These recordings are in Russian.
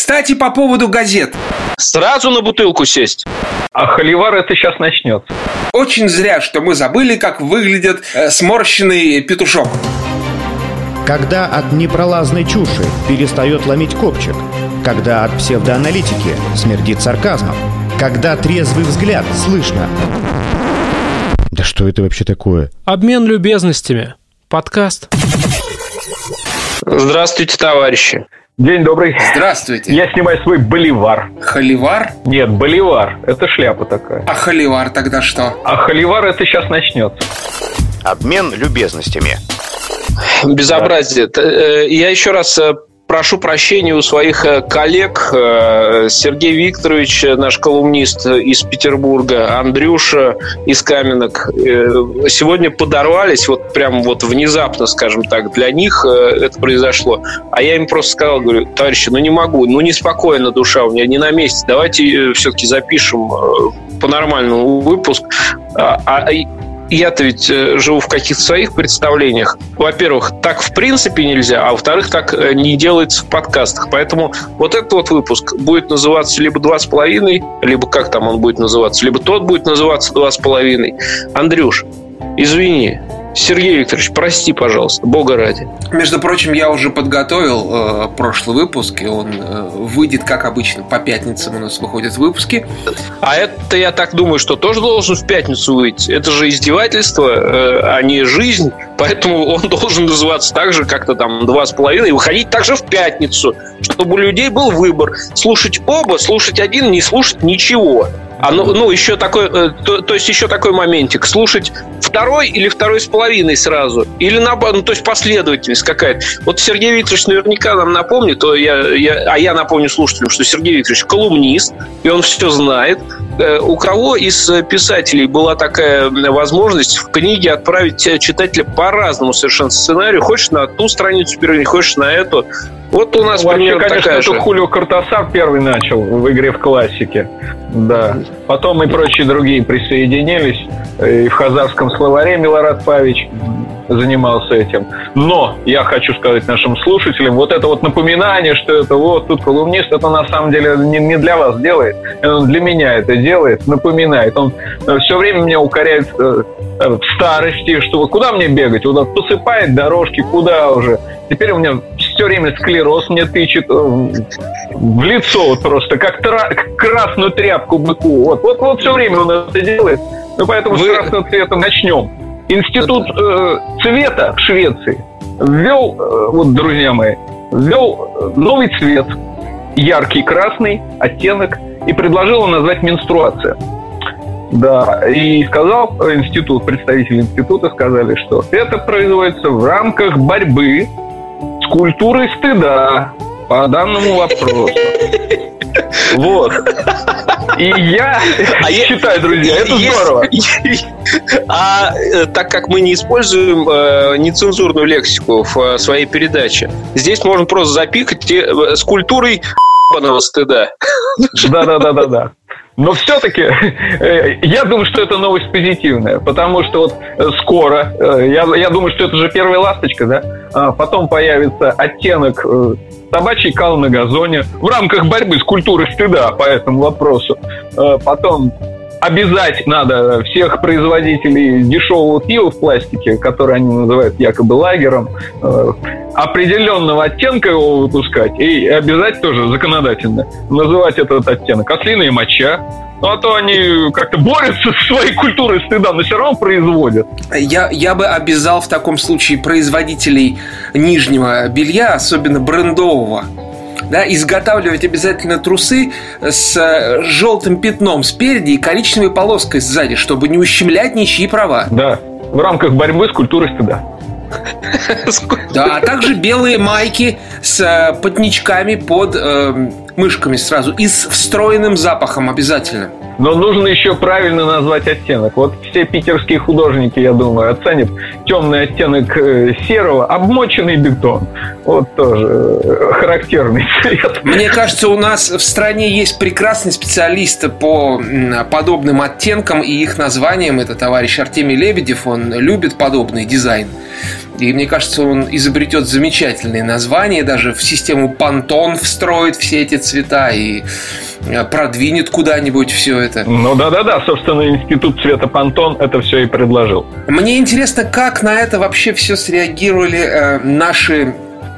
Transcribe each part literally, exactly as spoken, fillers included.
Кстати, по поводу газет. Сразу на бутылку сесть. А холивар это сейчас начнется. Очень зря, что мы забыли, как выглядит э, сморщенный петушок. Когда от непролазной чуши перестает ломить копчик. Когда от псевдоаналитики смердит сарказмом. Когда трезвый взгляд слышно. Да что это вообще такое? Обмен любезностями. Подкаст. Здравствуйте, товарищи. День добрый. Здравствуйте. Я снимаю свой боливар. Холивар? Нет, боливар. Это шляпа такая. А холивар тогда что? А холивар это сейчас начнется. Обмен любезностями. Безобразие. Я еще раз прошу прощения у своих коллег. Сергей Викторович, наш колумнист из Петербурга, Андрюша из Каменок сегодня подорвались, вот прям вот внезапно, скажем так, для них это произошло. А я им просто сказал, говорю, товарищи, ну не могу, ну неспокойно душа у меня, не на месте, давайте все-таки запишем по-нормальному выпуск. А я-то ведь живу в каких-то своих представлениях. Во-первых, так в принципе нельзя, а во-вторых, так не делается в подкастах. Поэтому вот этот вот выпуск будет называться либо «Два с половиной», либо как там он будет называться, либо тот будет называться «Два с половиной». Андрюш, извини. Сергей Викторович, прости, пожалуйста, бога ради. Между прочим, я уже подготовил э, прошлый выпуск, и он э, выйдет, как обычно, по пятницам у нас выходят выпуски. А это, я так думаю, что тоже должен в пятницу выйти. Это же издевательство, э, а не жизнь. Поэтому он должен называться так же, как-то там «Два с половиной», и выходить также в пятницу, чтобы у людей был выбор. Слушать оба, слушать один, не слушать ничего. А ну, ну еще такой, то, то есть еще такой моментик. Слушать второй или второй с половиной сразу. Или на, ну, то есть последовательность какая-то. Вот Сергей Викторович наверняка нам напомнит, то я, я, а я напомню слушателям, что Сергей Викторович колумнист, и он все знает. У кого из писателей была такая возможность в книге отправить читателя по разному совершенно сценарию? Хочешь на ту страницу переверни, хочешь на эту. Вот у нас вообще, примерно конечно, такая это же. Хулио Кортасар первый начал в «Игре в классике». Да. Потом и прочие другие присоединились. И в хазарском словаре Милорад Павич занимался этим. Но я хочу сказать нашим слушателям, вот это вот напоминание, что это вот тут колумнист, это на самом деле не, не для вас делает, он для меня это делает, напоминает. Он все время меня укоряет э, в старости, что куда мне бегать, вот посыпает дорожки, куда уже. Теперь у меня все время склероз мне тычет э, в лицо вот просто, как тра- красную тряпку быку. Вот, вот, вот все время он это делает. Ну поэтому Вы... с красного цвета начнем. Институт э, цвета в Швеции ввел, э, вот, друзья мои, ввел новый цвет, яркий красный оттенок, и предложил его назвать менструация. Да, и сказал институт, представители института сказали, что это производится в рамках борьбы с культурой стыда по данному вопросу. Вот. И я а считаю, я, друзья, это есть, здорово. А так как мы не используем э, нецензурную лексику в э, своей передаче, здесь можно просто запикать э, с культурой ебаного стыда. Да-да-да-да-да. Но все-таки э, я думаю, что это новость позитивная, потому что вот э, скоро, э, я, я думаю, что это же первая ласточка, да, а потом появится оттенок э, собачий кал на газоне в рамках борьбы с культурой стыда по этому вопросу. Э, потом обязать надо всех производителей дешевого пива в пластике, которое они называют якобы лагером, э, определенного оттенка его выпускать и обязать тоже законодательно называть этот оттенок ослиная моча. Ну, а то они как-то борются со своей культурой стыда, но все равно производят. Я, я бы обязал в таком случае производителей нижнего белья, особенно брендового, да, изготавливать обязательно трусы с желтым пятном спереди и коричневой полоской сзади, чтобы не ущемлять ничьи права. Да, в рамках борьбы с культурой стыда. Да, а также белые майки с потничками под э, мышками сразу и с встроенным запахом обязательно. Но нужно еще правильно назвать оттенок. Вот все питерские художники, я думаю, оценят темный оттенок серого, обмоченный бетон. Вот тоже характерный цвет. Мне кажется, у нас в стране есть прекрасные специалисты по подобным оттенкам и их названиям. Это товарищ Артемий Лебедев, он любит подобный дизайн. И мне кажется, он изобретет замечательные названия, даже в систему Pantone встроит все эти цвета и продвинет куда-нибудь все это. Ну да-да-да, собственно, институт цвета Pantone это все и предложил. Мне интересно, как на это вообще все среагировали э, наши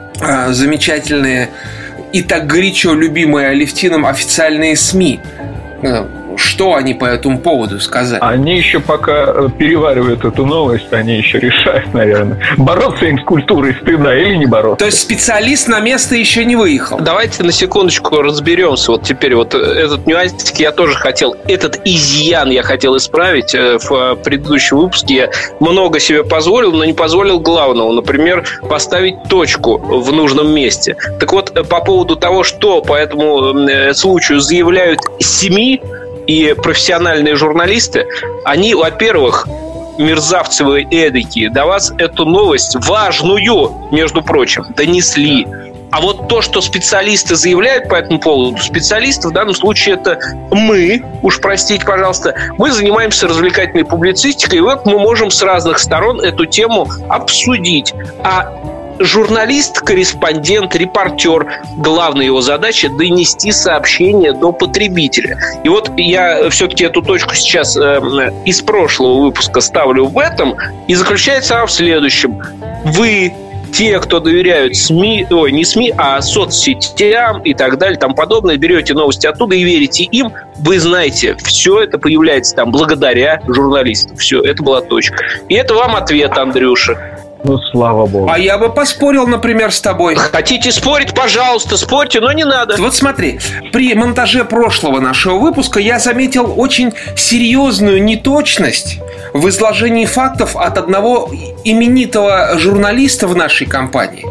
э, замечательные и так горячо любимые Алевтином официальные СМИ. Э, Что они по этому поводу сказали? Они еще пока переваривают эту новость, они еще решают, наверное, бороться им с культурой стыда или не бороться. То есть специалист на место еще не выехал? Давайте на секундочку разберемся. Вот теперь вот этот нюансик я тоже хотел, этот изъян я хотел исправить. В предыдущем выпуске я много себе позволил, но не позволил главного. Например, поставить точку в нужном месте. Так вот, по поводу того, что по этому случаю заявляют СМИ и профессиональные журналисты, они, во-первых, мерзавцы вы эдакие, до вас эту новость важную, между прочим, донесли. А вот то, что специалисты заявляют по этому поводу, специалисты в данном случае это мы, уж простите, пожалуйста, мы занимаемся развлекательной публицистикой, и вот мы можем с разных сторон эту тему обсудить. А журналист, корреспондент, репортер, главная его задача – донести сообщение до потребителя. И вот я все-таки эту точку сейчас э, из прошлого выпуска ставлю в этом, и заключается она в следующем. Вы, те, кто доверяют СМИ, ой, не СМИ, а соцсетям и так далее, там подобное, берете новости оттуда и верите им, вы знаете, все это появляется там благодаря журналистам. Все, это была точка. И это вам ответ, Андрюша. Ну, слава богу. А я бы поспорил, например, с тобой. Хотите спорить, пожалуйста, спорьте, но не надо. Вот смотри, при монтаже прошлого нашего выпуска я заметил очень серьезную неточность в изложении фактов от одного именитого журналиста в нашей компании.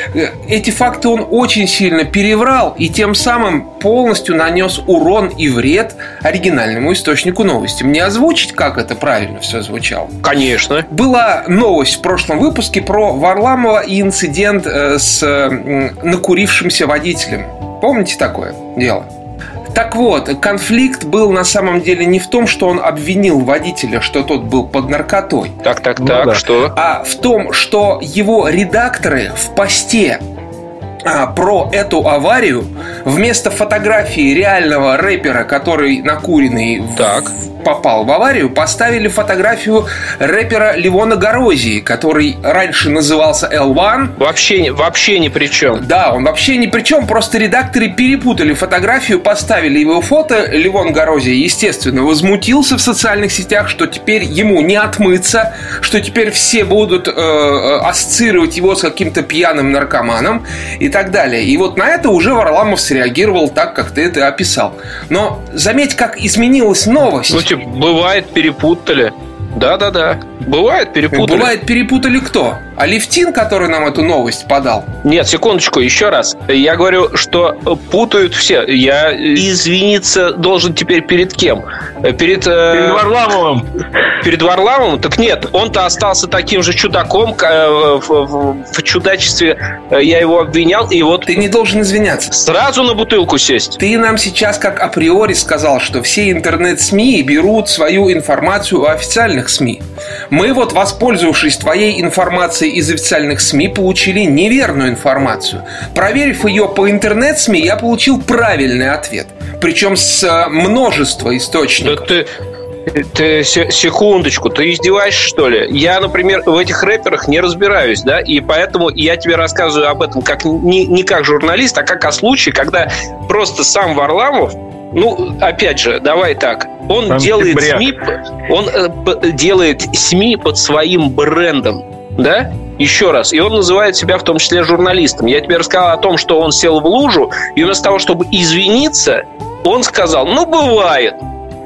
Эти факты он очень сильно переврал и тем самым полностью нанес урон и вред оригинальному источнику новости. Мне озвучить, как это правильно все звучало? Конечно. Была новость в прошлом выпуске про Варламова и инцидент с накурившимся водителем. Помните такое дело? Так вот, конфликт был на самом деле не в том, что он обвинил водителя, что тот был под наркотой. Так, так, ну, так, да. что? А в том, что его редакторы в посте а, про эту аварию вместо фотографии реального рэпера, который накуренный Так. в, попал в аварию, поставили фотографию рэпера Левона Горозии, который раньше назывался эл один. Вообще, вообще ни при чем. Да, он вообще ни при чем, просто редакторы перепутали фотографию, поставили его фото. Левон Горозия, естественно, возмутился в социальных сетях, что теперь ему не отмыться, что теперь все будут э, ассоциировать его с каким-то пьяным наркоманом и так далее. И вот на это уже Варламов среагировал так, как ты это описал. Но заметь, как изменилась новость. Ну, типа, бывает, перепутали. Да-да-да. Бывает, перепутали. Бывает, перепутали кто? Алевтин, который нам эту новость подал? Нет, секундочку, еще раз. Я говорю, что путают все. Я извиниться должен теперь перед кем? Перед... Перед Варламовым. Перед Варламовым? Так нет, он-то остался таким же чудаком. В, в, в чудачестве я его обвинял, и вот... Ты не должен извиняться. Сразу на бутылку сесть. Ты нам сейчас как априори сказал, что все интернет-СМИ берут свою информацию у официальных СМИ. Мы вот, воспользовавшись твоей информацией из официальных СМИ, получили неверную информацию. Проверив ее по интернет-СМИ, я получил правильный ответ. Причем с множества источников. Да ты... Ты, секундочку, ты издеваешься, что ли? Я, например, в этих рэперах не разбираюсь, да, и поэтому я тебе рассказываю об этом как не, не как журналист, а как о случае, когда просто сам Варламов, ну, опять же, давай так, он Там делает СМИ, он э, делает СМИ под своим брендом, да? Еще раз. И он называет себя в том числе журналистом. Я тебе рассказал о том, что он сел в лужу, и вместо того, чтобы извиниться, он сказал, ну, бывает.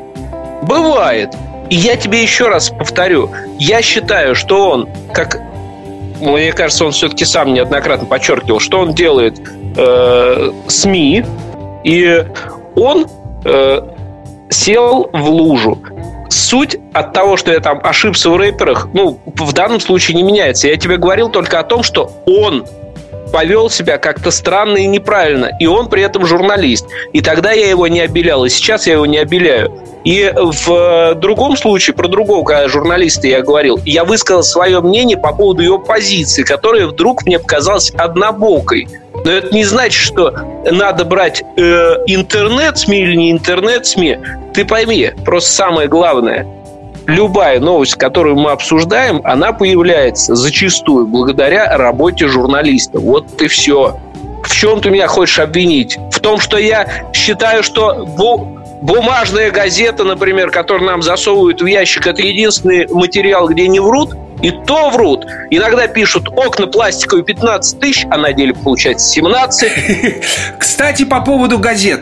Бывает. И я тебе еще раз повторю. Я считаю, что он, как... Мне кажется, он все-таки сам неоднократно подчеркивал, что он делает э, СМИ, и он... Э, сел в лужу. Суть от того, что я там ошибся в рэперах, ну, в данном случае не меняется. Я тебе говорил только о том, что он повел себя как-то странно и неправильно, и он при этом журналист. И тогда я его не обелял, и сейчас я его не обеляю. И в другом случае, про другого журналиста я говорил, я высказал свое мнение по поводу его позиции, которая вдруг мне показалась однобокой. Но это не значит, что надо брать э, интернет-СМИ или не интернет-СМИ. Ты пойми, просто самое главное, любая новость, которую мы обсуждаем, она появляется зачастую благодаря работе журналиста. Вот и все. В чем ты меня хочешь обвинить? В том, что я считаю, что бу- бумажная газета, например, которую нам засовывают в ящик, это единственный материал, где не врут? И то врут. Иногда пишут окна пластиковые пятнадцать тысяч, а на деле получается семнадцать. Кстати, по поводу газет.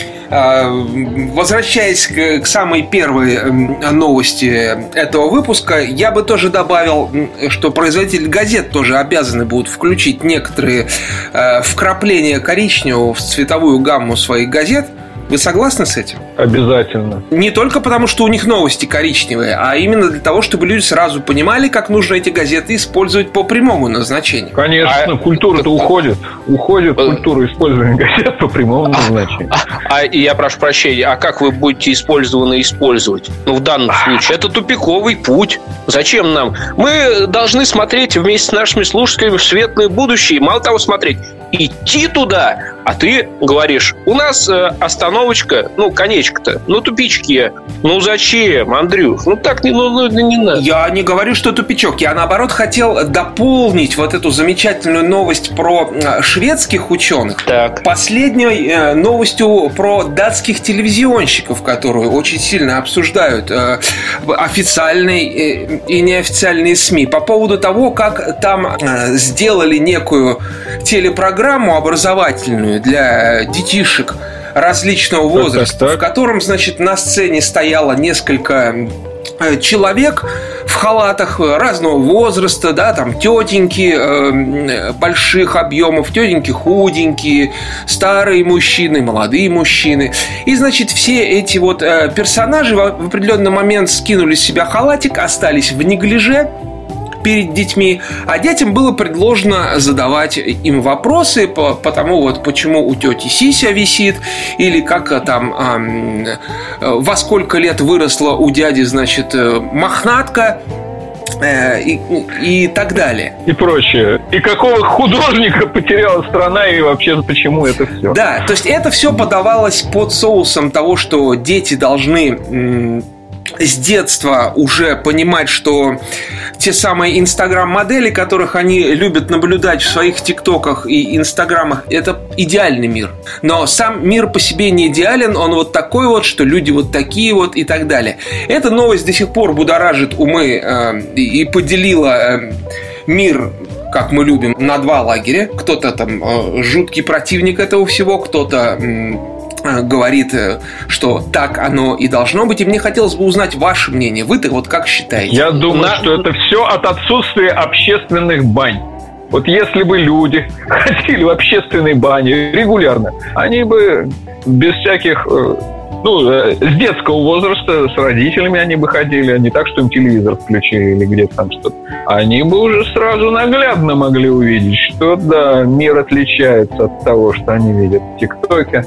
Возвращаясь к самой первой новости этого выпуска, я бы тоже добавил, что производители газет тоже обязаны будут включить некоторые вкрапления коричневого в цветовую гамму своих газет. Вы согласны с этим? Обязательно. Не только потому, что у них новости коричневые, а именно для того, чтобы люди сразу понимали, как нужно эти газеты использовать по прямому назначению. Конечно, а... культура-то уходит. Уходит культура использования газет по прямому назначению. А, а я прошу прощения, а как вы будете использованы использовать? Ну, в данном случае это тупиковый путь. Зачем нам? Мы должны смотреть вместе с нашими слушателями в светлое будущее. Мало того, смотреть, идти туда. А ты говоришь, у нас э, остановочка, ну, конечка-то, ну, тупички. Ну, зачем, Андрюх? Ну, так не, ну, ну, не надо. Я не говорю, что тупичок. Я, наоборот, хотел дополнить вот эту замечательную новость про шведских ученых. Так. Последней э, новостью про датских телевизионщиков, которую очень сильно обсуждают э, официальные э, и неофициальные СМИ по поводу того, как там э, сделали некую телепрограмму образовательную для детишек различного возраста, так, так, так. в котором, значит, на сцене стояло несколько человек в халатах разного возраста, да, там тетеньки э, больших объемов, тетеньки худенькие, старые мужчины, молодые мужчины. И, значит, все эти вот э, персонажи в определенный момент скинули с себя халатик, остались в неглиже перед детьми, а детям было предложено задавать им вопросы по, по тому, вот, почему у тети сися висит, или как там эм, во сколько лет выросла у дяди, значит, мохнатка, э, и, и так далее. И прочее. И какого художника потеряла страна, и вообще почему это все? Да, то есть это все подавалось под соусом того, что дети должны м- с детства уже понимать, что те самые инстаграм-модели, которых они любят наблюдать в своих тиктоках и инстаграмах, это идеальный мир. Но сам мир по себе не идеален, он вот такой вот, что люди вот такие вот и так далее. Эта новость до сих пор будоражит умы э, и поделила э, мир, как мы любим, на два лагеря. Кто-то там э, жуткий противник этого всего, кто-то э, говорит, что так оно и должно быть. И мне хотелось бы узнать ваше мнение. Вы-то вот как считаете? Я думаю, На... что это все от отсутствия общественных бань. Вот если бы люди ходили в общественные бани регулярно, они бы без всяких... Ну, с детского возраста с родителями они бы ходили, а не так, что им телевизор включили или где-то там что-то. Они бы уже сразу наглядно могли увидеть, что, да, мир отличается от того, что они видят в ТикТоке.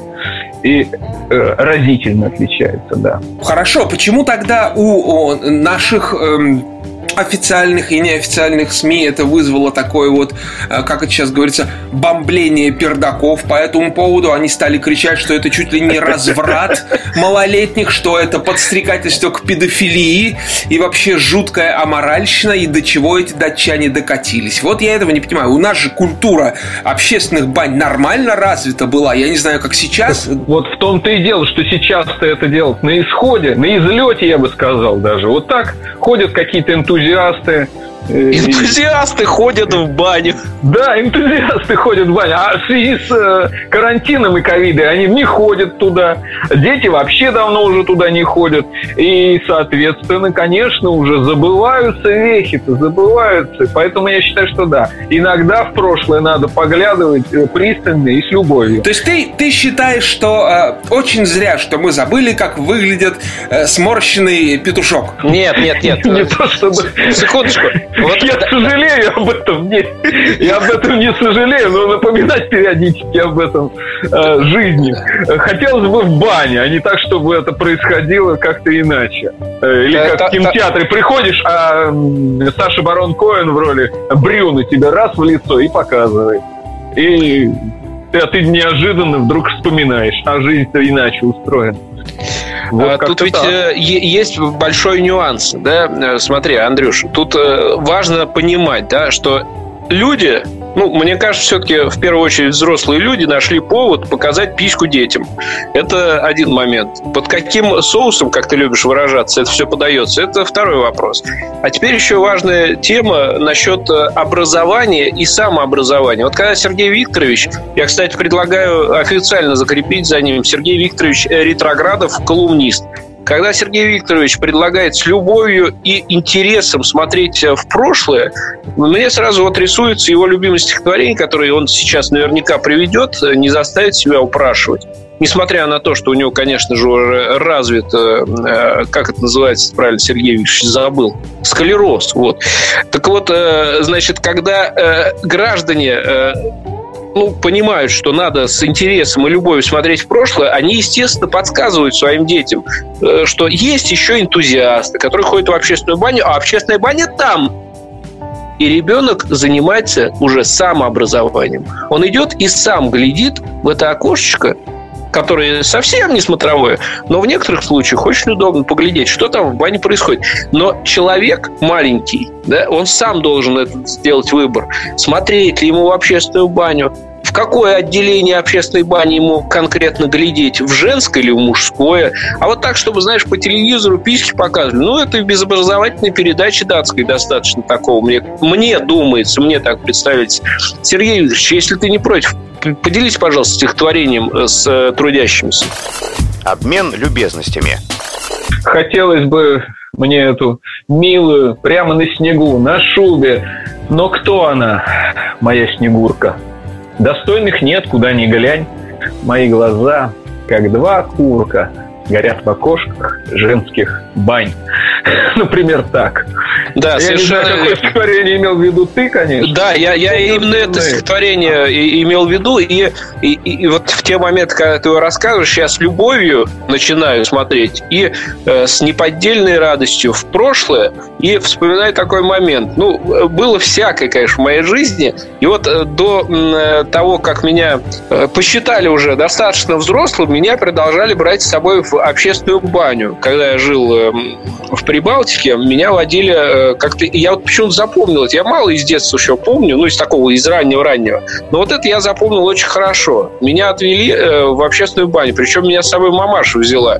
И э, разительно отличается, да. Хорошо, почему тогда у, у наших... Эм... официальных и неофициальных СМИ это вызвало такое вот, как это сейчас говорится, бомбление пердаков по этому поводу? Они стали кричать, что это чуть ли не разврат малолетних, что это подстрекательство к педофилии и вообще жуткая аморальщина, и до чего эти датчане докатились. Вот я этого не понимаю. У нас же культура общественных бань нормально развита была. Я не знаю, как сейчас. Вот в том-то и дело, что сейчас-то это делают на исходе, на излете, я бы сказал даже. Вот так ходят какие-то энтузиасты, Энтузиасты ходят в баню. Да, энтузиасты ходят в баню. А в связи с э, карантином и ковидом они не ходят туда. Дети вообще давно уже туда не ходят. И, соответственно, конечно, уже забываются вехи-то, забываются. Поэтому я считаю, что да. Иногда в прошлое надо поглядывать пристально и с любовью. То есть ты, ты считаешь, что э, очень зря, что мы забыли, как выглядит э, сморщенный петушок? Нет, нет, нет. Не то чтобы... Секундочку. Вот я да, сожалею об этом. Не, я об этом не сожалею, но напоминать периодически об этом э, жизни. Хотелось бы в бане, а не так, чтобы это происходило как-то иначе. Или как это, в кинотеатре это... приходишь, а Саша Барон Коэн в роли Брюна тебе раз в лицо и показывает. И а ты неожиданно вдруг вспоминаешь, а жизнь-то иначе устроена. Вот тут ведь так. Есть большой нюанс, да? Смотри, Андрюш, тут важно понимать, да, что люди, ну, мне кажется, все-таки в первую очередь взрослые люди нашли повод показать письку детям. Это один момент. Под каким соусом, как ты любишь выражаться, это все подается, это второй вопрос. А теперь еще важная тема насчет образования и самообразования. Вот когда Сергей Викторович, я, кстати, предлагаю официально закрепить за ним, Сергей Викторович Ретроградов, колумнист. Когда Сергей Викторович предлагает с любовью и интересом смотреть в прошлое, мне сразу вот рисуется его любимое стихотворение, которое он сейчас наверняка приведет, не заставит себя упрашивать. Несмотря на то, что у него, конечно же, уже развит, как это называется, правильно, Сергей Викторович забыл, склероз. Вот. Так вот, значит, когда граждане... ну, понимают, что надо с интересом и любовью смотреть в прошлое, они, естественно, подсказывают своим детям, что есть еще энтузиасты, которые ходят в общественную баню, а общественная баня там. И ребенок занимается уже самообразованием. Он идет и сам глядит в это окошечко, которое совсем не смотровое, но в некоторых случаях очень удобно поглядеть, что там в бане происходит. Но человек маленький, да, он сам должен это сделать выбор. Смотреть ли ему в общественную баню, в какое отделение общественной бани ему конкретно глядеть, в женское или в мужское. А вот так, чтобы, знаешь, по телевизору письки показывали, ну, это в безобразовательной передаче датской достаточно такого. Мне, мне думается, мне так представляется. Сергей Викторович, если ты не против, поделись, пожалуйста, стихотворением с трудящимися. Обмен любезностями. Хотелось бы мне эту милую прямо на снегу, на шубе. Но кто она, моя Снегурка? Достойных нет, куда ни глянь. Мои глаза, как два курка, горят в окошках женских бань. Например, так. Да, я совершенно... не знаю, какое стихотворение имел в виду ты, конечно. Да, я, я именно это стихотворение имел в виду. И, и, и вот в те моменты, когда ты его рассказываешь, я с любовью начинаю смотреть. И э, с неподдельной радостью в прошлое. И вспоминаю такой момент. Ну, было всякое, конечно, в моей жизни. И вот э, до э, того, как меня э, посчитали уже достаточно взрослым, меня продолжали брать с собой в общественную баню. Когда я жил э, в Прибалтике, меня водили э, как-то... Я вот почему-то запомнил это. Я мало из детства еще помню, ну, из такого, из раннего-раннего. Но вот это я запомнил очень хорошо. Меня отвели э, в общественную баню. Причем меня с собой мамаша взяла.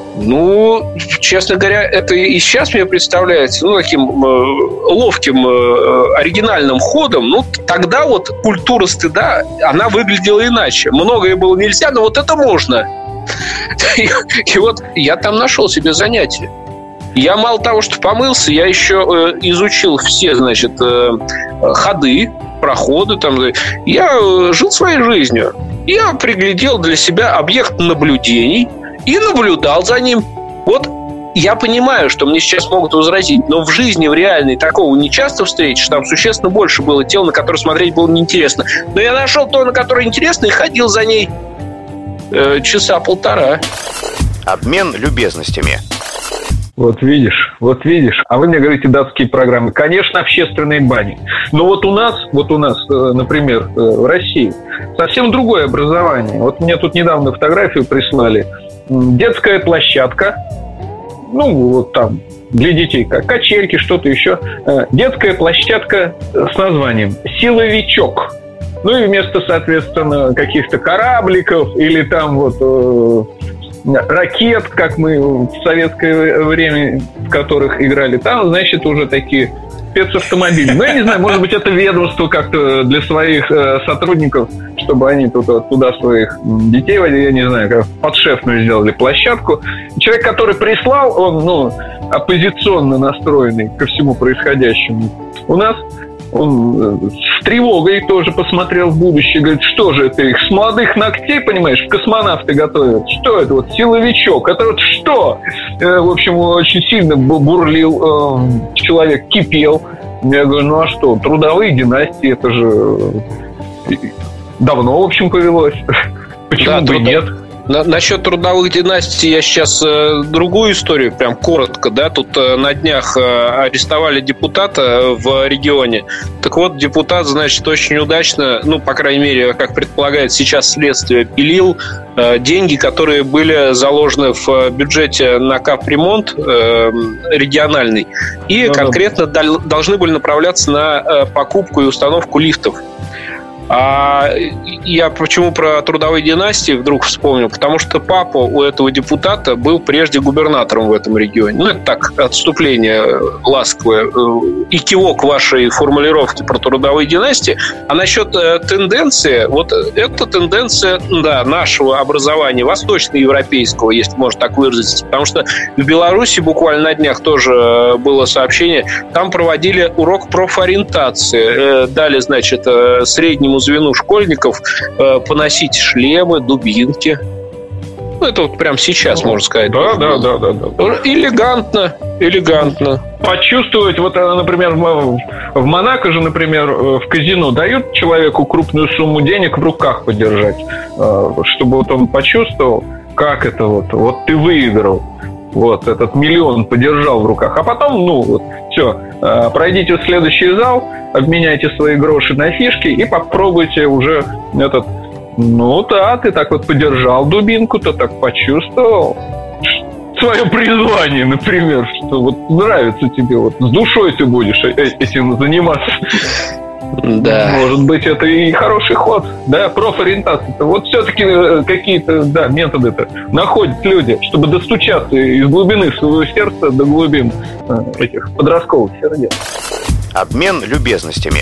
Ну, честно говоря, это и сейчас мне представляется, ну, таким э, ловким, э, оригинальным ходом. Ну, тогда вот культура стыда, она выглядела иначе. Многое было нельзя, но вот это можно. И, и вот я там нашел себе занятие. Я мало того, что помылся, я еще э, изучил все, значит, э, ходы, проходы. Там. Я э, жил своей жизнью. Я приглядел для себя объект наблюдений и наблюдал за ним. Вот я понимаю, что мне сейчас могут возразить, но в жизни, в реальной, такого не часто встретишь. Там существенно больше было тел, на которые смотреть было неинтересно. Но я нашел то, на которое интересно, и ходил за ней э, часа полтора. Обмен любезностями. Вот видишь, вот видишь. А вы мне говорите датские программы. Конечно, общественные бани. Но вот у нас, вот у нас, например, в России совсем другое образование. Вот мне тут недавно фотографию прислали. Детская площадка. Ну, вот там для детей как качельки, что-то еще. Детская площадка с названием «Силовичок». Ну и вместо, соответственно, каких-то корабликов или там вот... ракет, как мы в советское время в которых играли, там, значит, уже такие спецавтомобиль. Ну, я не знаю, может быть, это ведомство как-то для своих э, сотрудников, чтобы они тут, вот, туда своих детей водили, я не знаю, как подшефную сделали площадку. Человек, который прислал, он, ну, оппозиционно настроенный ко всему происходящему. У нас он с тревогой тоже посмотрел в будущее. Говорит, что же это их с молодых ногтей, понимаешь, в космонавты готовят? Что это вот силовичок? Это вот что? Э, в общем, очень сильно бурлил э, человек, кипел. Я говорю, ну а что? Трудовые династии, это же давно, в общем, повелось. Почему бы и нет? На, насчет трудовых династий я сейчас э, другую историю, прям коротко, да, тут э, на днях э, арестовали депутата в регионе. Так вот, депутат, значит, очень удачно, ну, по крайней мере, как предполагает сейчас следствие, пилил э, деньги, которые были заложены в бюджете на капремонт э, региональный, и ну, конкретно да. дол- должны были направляться на э, покупку и установку лифтов. А я почему про трудовые династии вдруг вспомнил? Потому что папа у этого депутата был прежде губернатором в этом регионе. Ну, это так, отступление ласковое. И кивок вашей формулировки про трудовые династии. А насчет э, тенденции, вот эта тенденция, да, нашего образования, восточноевропейского, если можно так выразиться. Потому что в Беларуси буквально на днях тоже было сообщение, там проводили урок профориентации. Э, дали, значит, э, среднему звену школьников э, поносить шлемы, дубинки. Ну, это вот прямо сейчас, можно сказать. Да, да, да, да, да. Элегантно, элегантно. Почувствовать, вот, например, в Монако же, например, в казино дают человеку крупную сумму денег в руках подержать, чтобы вот он почувствовал, как это вот, вот ты выиграл. Вот, этот миллион подержал в руках. А потом, ну, вот, все, пройдите в следующий зал, обменяйте свои гроши на фишки и попробуйте уже этот... Ну да, ты так вот подержал дубинку, ты так почувствовал свое призвание, например, что вот нравится тебе, вот с душой ты будешь этим заниматься. Да. Может быть, это и хороший ход, да, профориентация. Вот все-таки какие-то, да, методы-то находят люди, чтобы достучаться из глубины своего сердца до глубин этих подростковых сердец. Обмен любезностями.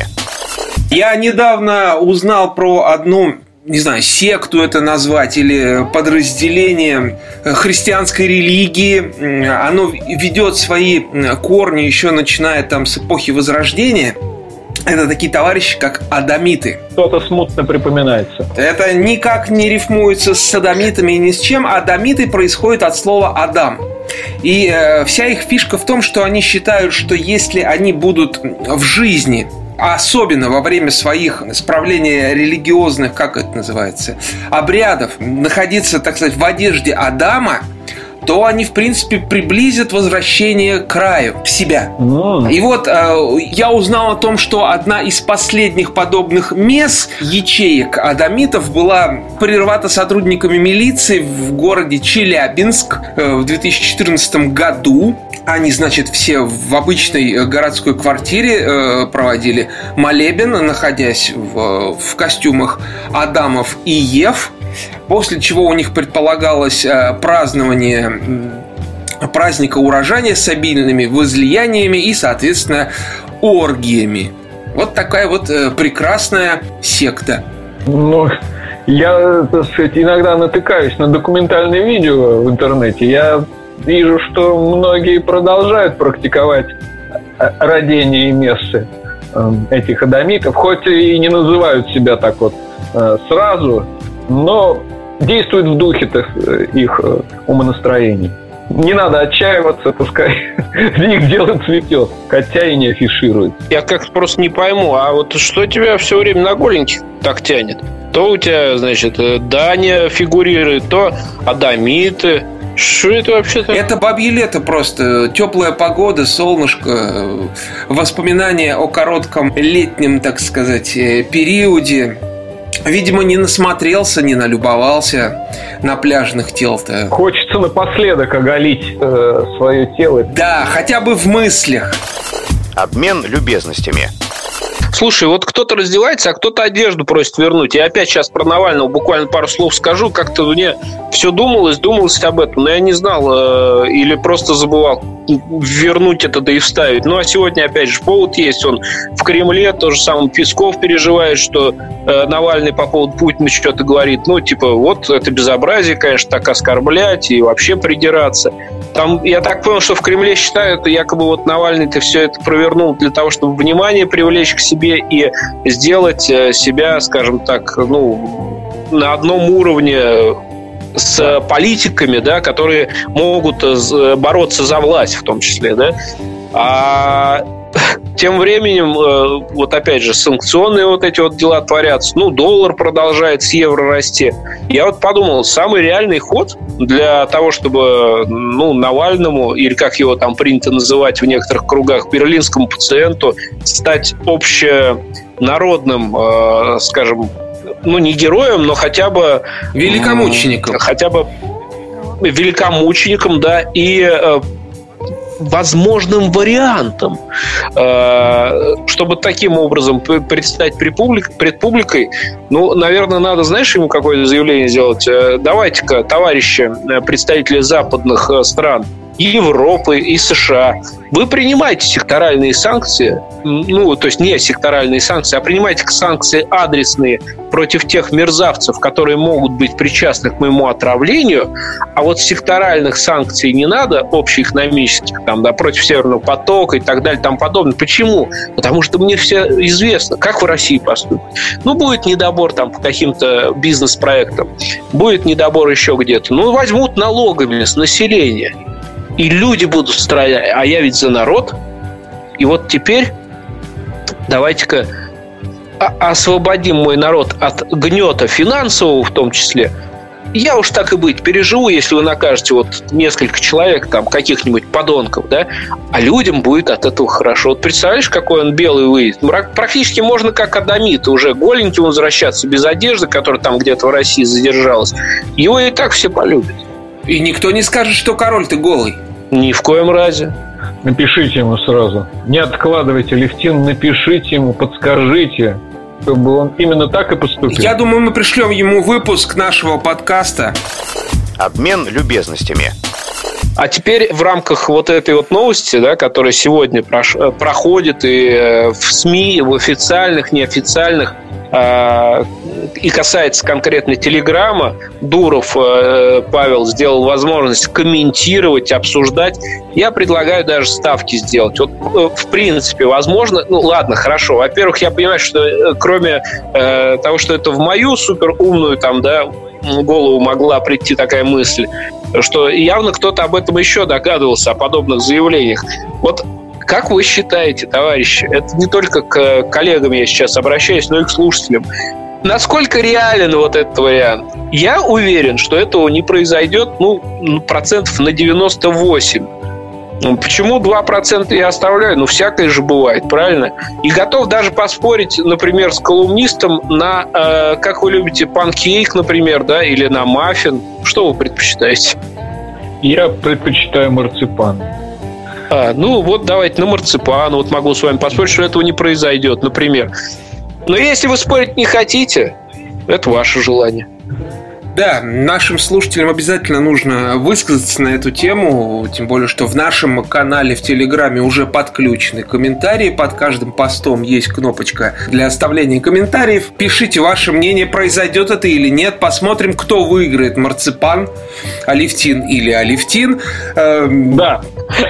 Я недавно узнал про одну, не знаю, секту это назвать или подразделение христианской религии. Оно ведет свои корни еще начиная там с эпохи Возрождения. Это такие товарищи, как адамиты. Что-то смутно припоминается. Это никак не рифмуется с содомитами и ни с чем. Адамиты происходят от слова «адам». И э, вся их фишка в том, что они считают, что если они будут в жизни, особенно во время своих справления религиозных, как это называется, обрядов, находиться, так сказать, в одежде Адама, то они, в принципе, приблизят возвращение к раю, в себя. Mm. И вот э, я узнал о том, что одна из последних подобных мес, ячеек адамитов, была прервата сотрудниками милиции в городе Челябинск э, в две тысячи четырнадцатом году. Они, значит, все в обычной городской квартире э, проводили молебен, находясь в, в костюмах Адамов и Ев. После чего у них предполагалось празднование праздника урожая с обильными возлияниями и, соответственно, оргиями. Вот такая вот прекрасная секта. Ну, я, так сказать, иногда натыкаюсь на документальные видео в интернете. Я вижу, что многие продолжают практиковать родение и мессы этих адамитов, хоть и не называют себя так вот сразу, но действует в духе их умонастроений. Не надо отчаиваться, пускай их дело цветет, хотя и не афиширует. Я как-то просто не пойму, а вот что тебя все время на голеньких так тянет? То у тебя, значит, Даня фигурирует, то адамиты. Что это вообще-то? Это бабье лето просто. Теплая погода, солнышко, воспоминания о коротком летнем, так сказать, периоде. Видимо, не насмотрелся, не налюбовался на пляжных тел-то. Хочется напоследок оголить э, свое тело. Да, хотя бы в мыслях. Обмен любезностями. Слушай, вот к кто-то раздевается, а кто-то одежду просит вернуть. Я опять сейчас про Навального буквально пару слов скажу. Как-то мне все думалось, думалось об этом, но я не знал э, или просто забывал вернуть это, да и вставить. Ну, а сегодня, опять же, повод есть. Он в Кремле, то же самое Песков переживает, что э, Навальный по поводу Путина что-то говорит. Ну, типа, вот это безобразие, конечно, так оскорблять и вообще придираться. Там, я так понял, что в Кремле считают, якобы вот Навальный-то все это провернул для того, чтобы внимание привлечь к себе и сделать себя, скажем так, ну, на одном уровне с политиками, да, которые могут бороться за власть в том числе, да. А тем временем, вот опять же, санкционные вот эти вот дела творятся. Ну, доллар продолжает с евро расти. Я вот подумал, самый реальный ход для того, чтобы, ну, Навальному, или как его там принято называть в некоторых кругах, берлинскому пациенту, стать общенародным, скажем, ну, не героем, но хотя бы... Великомучеником. Хотя бы великомучеником, да, и... возможным вариантом, чтобы таким образом предстать пред публикой, ну, наверное, надо, знаешь, ему какое-то заявление сделать? Давайте-ка, товарищи представители западных стран, и Европы, и США, вы принимаете секторальные санкции, ну, то есть не секторальные санкции, а принимаете санкции адресные против тех мерзавцев, которые могут быть причастны к моему отравлению, а вот секторальных санкций не надо, общеэкономических, там, да, против Северного потока и так далее, там подобное. Почему? Потому что мне все известно, как в России поступят. Ну, будет недобор там по каким-то бизнес-проектам, будет недобор еще где-то. Ну, возьмут налогами с населения. И люди будут страдать, а я ведь за народ. И вот теперь давайте-ка освободим мой народ от гнета финансового в том числе. Я уж так и быть переживу, если вы накажете вот несколько человек, там, каких-нибудь подонков, да, а людям будет от этого хорошо. Вот представляешь, какой он белый выйдет? Практически можно как Адамит, уже голеньким возвращаться, без одежды, которая там где-то в России задержалась. Его и так все полюбят. И никто не скажет, что король-то голый. Ни в коем разе. Напишите ему сразу. Не откладывайте, Левтин, напишите ему, подскажите, чтобы он именно так и поступил. Я думаю, мы пришлем ему выпуск нашего подкаста. Обмен любезностями. А теперь в рамках вот этой вот новости, да, которая сегодня прош... проходит и в СМИ, в официальных, неофициальных, э, и касается конкретно Телеграма, Дуров э, Павел сделал возможность комментировать, обсуждать. Я предлагаю даже ставки сделать. Вот, э, в принципе, возможно... Ну, ладно, хорошо. Во-первых, я понимаю, что э, кроме э, того, что это в мою суперумную там, да, голову могла прийти такая мысль, что явно кто-то об этом еще догадывался, о подобных заявлениях. Вот как вы считаете, товарищи, это не только к коллегам я сейчас обращаюсь, но и к слушателям, насколько реален вот этот вариант? Я уверен, что этого не произойдет, ну, процентов на девяносто восемь. Почему два процента я оставляю? Ну, всякое же бывает, правильно? И готов даже поспорить, например, с колумнистом на, э, как вы любите, панкейк, например, да, или на маффин. Что вы предпочитаете? Я предпочитаю марципан. А, ну, вот давайте на марципан. Вот могу с вами поспорить, что этого не произойдет, например. Но если вы спорить не хотите, это ваше желание. Да, нашим слушателям обязательно нужно высказаться на эту тему, тем более, что в нашем канале в Телеграме уже подключены комментарии, под каждым постом есть кнопочка для оставления комментариев. Пишите ваше мнение, произойдет это или нет, посмотрим, кто выиграет, марципан, Алевтин или Алевтин. Эм... Да.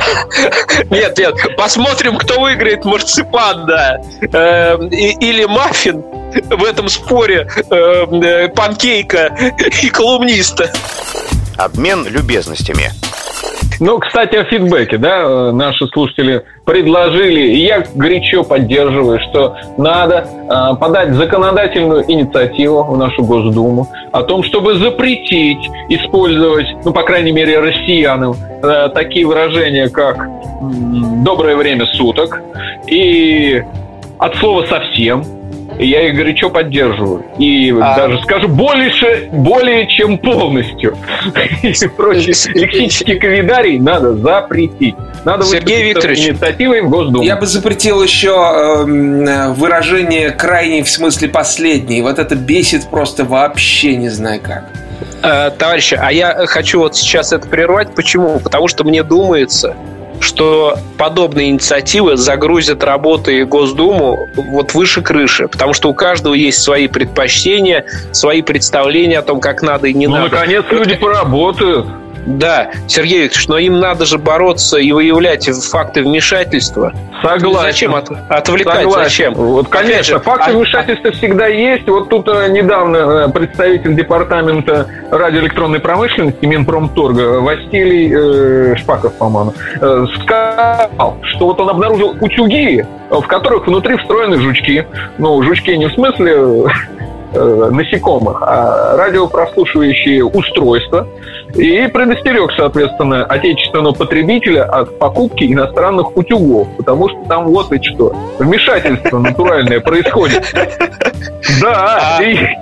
Нет, нет, посмотрим, кто выиграет, марципан, да, или маффин. В этом споре э, панкейка и колумниста. Обмен любезностями. Ну, кстати, о фидбэке, да, наши слушатели предложили, и я горячо поддерживаю, что надо э, подать законодательную инициативу в нашу Госдуму о том, чтобы запретить использовать, ну, по крайней мере, россиянам э, такие выражения, как м- «доброе время суток» и «от слова совсем». и я их горячо поддерживаю. И а... даже скажу, больше, более чем полностью. И прочие лексические комментарии надо запретить. Надо Сергей Викторович, инициативой в Госдуму. Я бы запретил еще э, выражение «крайний» в смысле «последний». Вот это бесит просто вообще не знаю как. Э, товарищи, а я хочу вот сейчас это прервать. Почему? Потому что мне думается, что подобные инициативы загрузят работы Госдуму вот выше крыши, потому что у каждого есть свои предпочтения, свои представления о том, как надо и не ну, надо. Ну, наконец, люди поработают. Да, Сергей Викторович, но им надо же бороться и выявлять факты вмешательства. Согласен. Зачем от, отвлекать? Согласен. Зачем? Вот, конечно, же, факты а... вмешательства всегда есть. Вот тут недавно представитель департамента радиоэлектронной промышленности Минпромторга Василий э, Шпаков, по-моему, э, сказал, что вот он обнаружил утюги, в которых внутри встроены жучки. Ну, жучки не в смысле э, насекомых, а радиопрослушивающие устройства. И предостерег, соответственно, отечественного потребителя от покупки иностранных утюгов, потому что там вот и что. Вмешательство натуральное происходит. Да.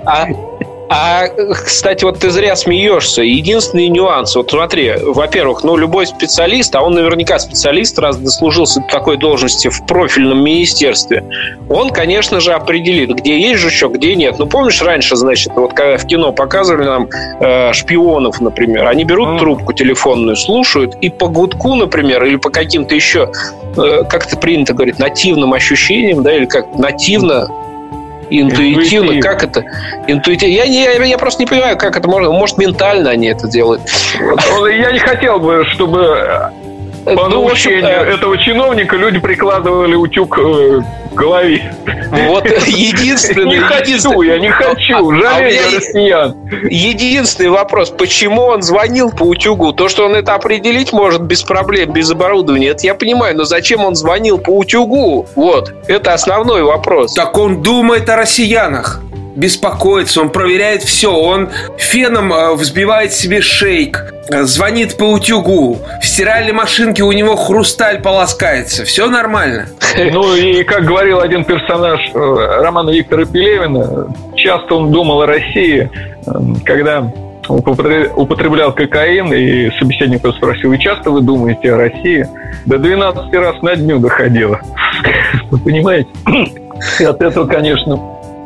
А, кстати, вот ты зря смеешься. Единственный нюанс. Вот смотри, во-первых, ну, любой специалист, а он наверняка специалист, раз дослужился до такой должности в профильном министерстве, он, конечно же, определит, где есть жучок, где нет. Ну, помнишь, раньше, значит, вот когда в кино показывали нам э, шпионов, например, они берут mm. трубку телефонную, слушают, и по гудку, например, или по каким-то еще, э, как это принято говорить, нативным ощущениям, да, или как нативно, интуитивно, Интуитив. Как это? Интуитивно. Я, не, я, я просто не понимаю, как это можно. Может, ментально они это делают. Я не хотел бы, чтобы по ну, наущению этого чиновника люди прикладывали утюг к голове. Вот единственное... Не хочу, я не хочу. Жалею россиян. Единственный вопрос. Почему он звонил по утюгу? То, что он это определить может без проблем, без оборудования, это я понимаю. Но зачем он звонил по утюгу? Вот. Это основной вопрос. Так он думает о россиянах. Беспокоится, он проверяет все. Он феном взбивает себе шейк, звонит по утюгу, в стиральной машинке у него хрусталь полоскается. Все нормально. Ну и, как говорил один персонаж романа Виктора Пелевина, часто он думал о России, когда употреблял кокаин, и собеседник его спросил: вы часто вы думаете о России? До двенадцати раз на дню доходило. Вы понимаете? И от этого, конечно,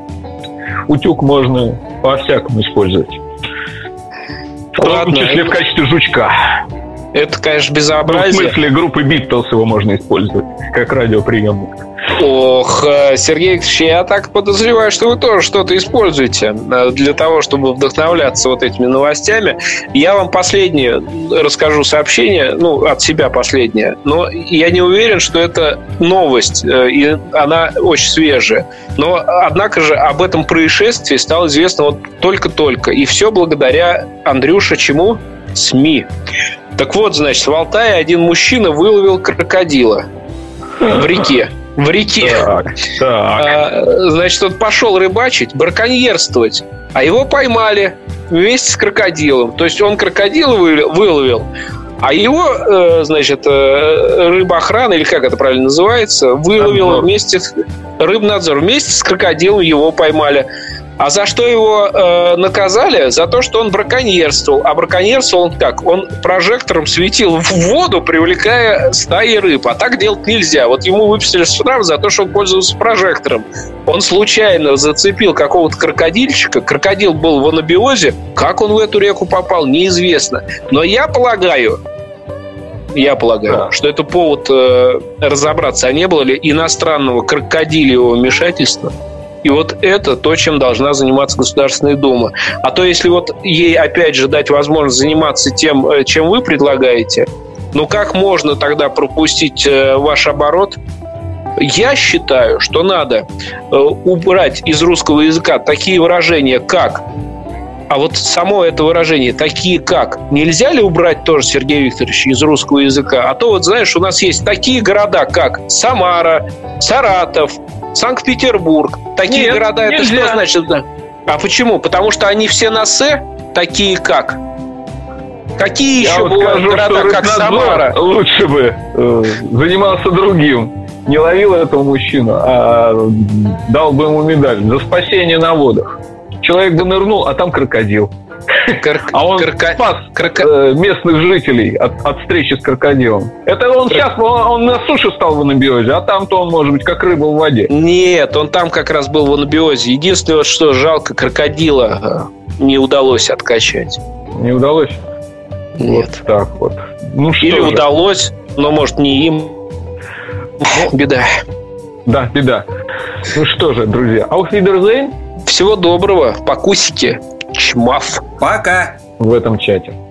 утюг можно по-всякому использовать. В том числе в качестве жучка. Это, конечно, безобразие. Ну, в смысле, группы Битлз его можно использовать как радиоприемник. Ох, Сергей Викторович, я так подозреваю, что вы тоже что-то используете для того, чтобы вдохновляться вот этими новостями. Я вам последнее расскажу сообщение, ну, от себя последнее, но я не уверен, что это новость, и она очень свежая. Но, однако же, об этом происшествии стало известно вот только-только. И все благодаря, Андрюша, чему? СМИ. Так вот, значит, в Алтае один мужчина выловил крокодила в реке. В реке. Так, так. А, значит, он пошел рыбачить, браконьерствовать, а его поймали вместе с крокодилом. То есть он крокодила выловил, а его, значит, рыбоохрана, или как это правильно называется, выловила вместе с рыбнадзор, вместе с крокодилом его поймали. А за что его э, наказали? За то, что он браконьерствовал. А браконьерствовал он как? Он прожектором светил в воду, привлекая стаи рыб. А так делать нельзя. Вот ему выписали штраф за то, что он пользовался прожектором. Он случайно зацепил какого-то крокодильчика. Крокодил был в анабиозе. Как он в эту реку попал, неизвестно. Но я полагаю... Я полагаю, да. что это повод э, разобраться, а не было ли иностранного крокодилевого вмешательства. И вот это то, чем должна заниматься Государственная Дума. А то, если вот ей, опять же, дать возможность заниматься тем, чем вы предлагаете, ну как можно тогда пропустить ваш оборот? Я считаю, что надо убрать из русского языка такие выражения, как... А вот само это выражение, такие как, нельзя ли убрать тоже, Сергей Викторович, из русского языка? А то вот, знаешь, у нас есть такие города, как Самара, Саратов, Санкт-Петербург. Такие Нет, города, это нельзя. Что значит? А почему? Потому что они все на «с», такие как? Какие Я еще вот бывают скажу, города, как Самара? Лучше бы э, занимался другим. не ловил этого мужчину, а дал бы ему медаль за спасение на водах. Человек бы нырнул, а там крокодил. Кар- а он карка- спас карка- местных жителей от, от встречи с крокодилом. Это он Кар- сейчас он, он на суше стал в анабиозе, а там-то он может быть как рыба в воде. Нет, он там как раз был в анабиозе. Единственное, что жалко, крокодила не удалось откачать. Не удалось? Нет. Вот так вот. Ну, что Или же. удалось, но, может, не им. Беда. Да, беда. Ну что же, друзья, auf Wiedersehen. Всего доброго. Покусики. Чмав. Пока. В этом чате.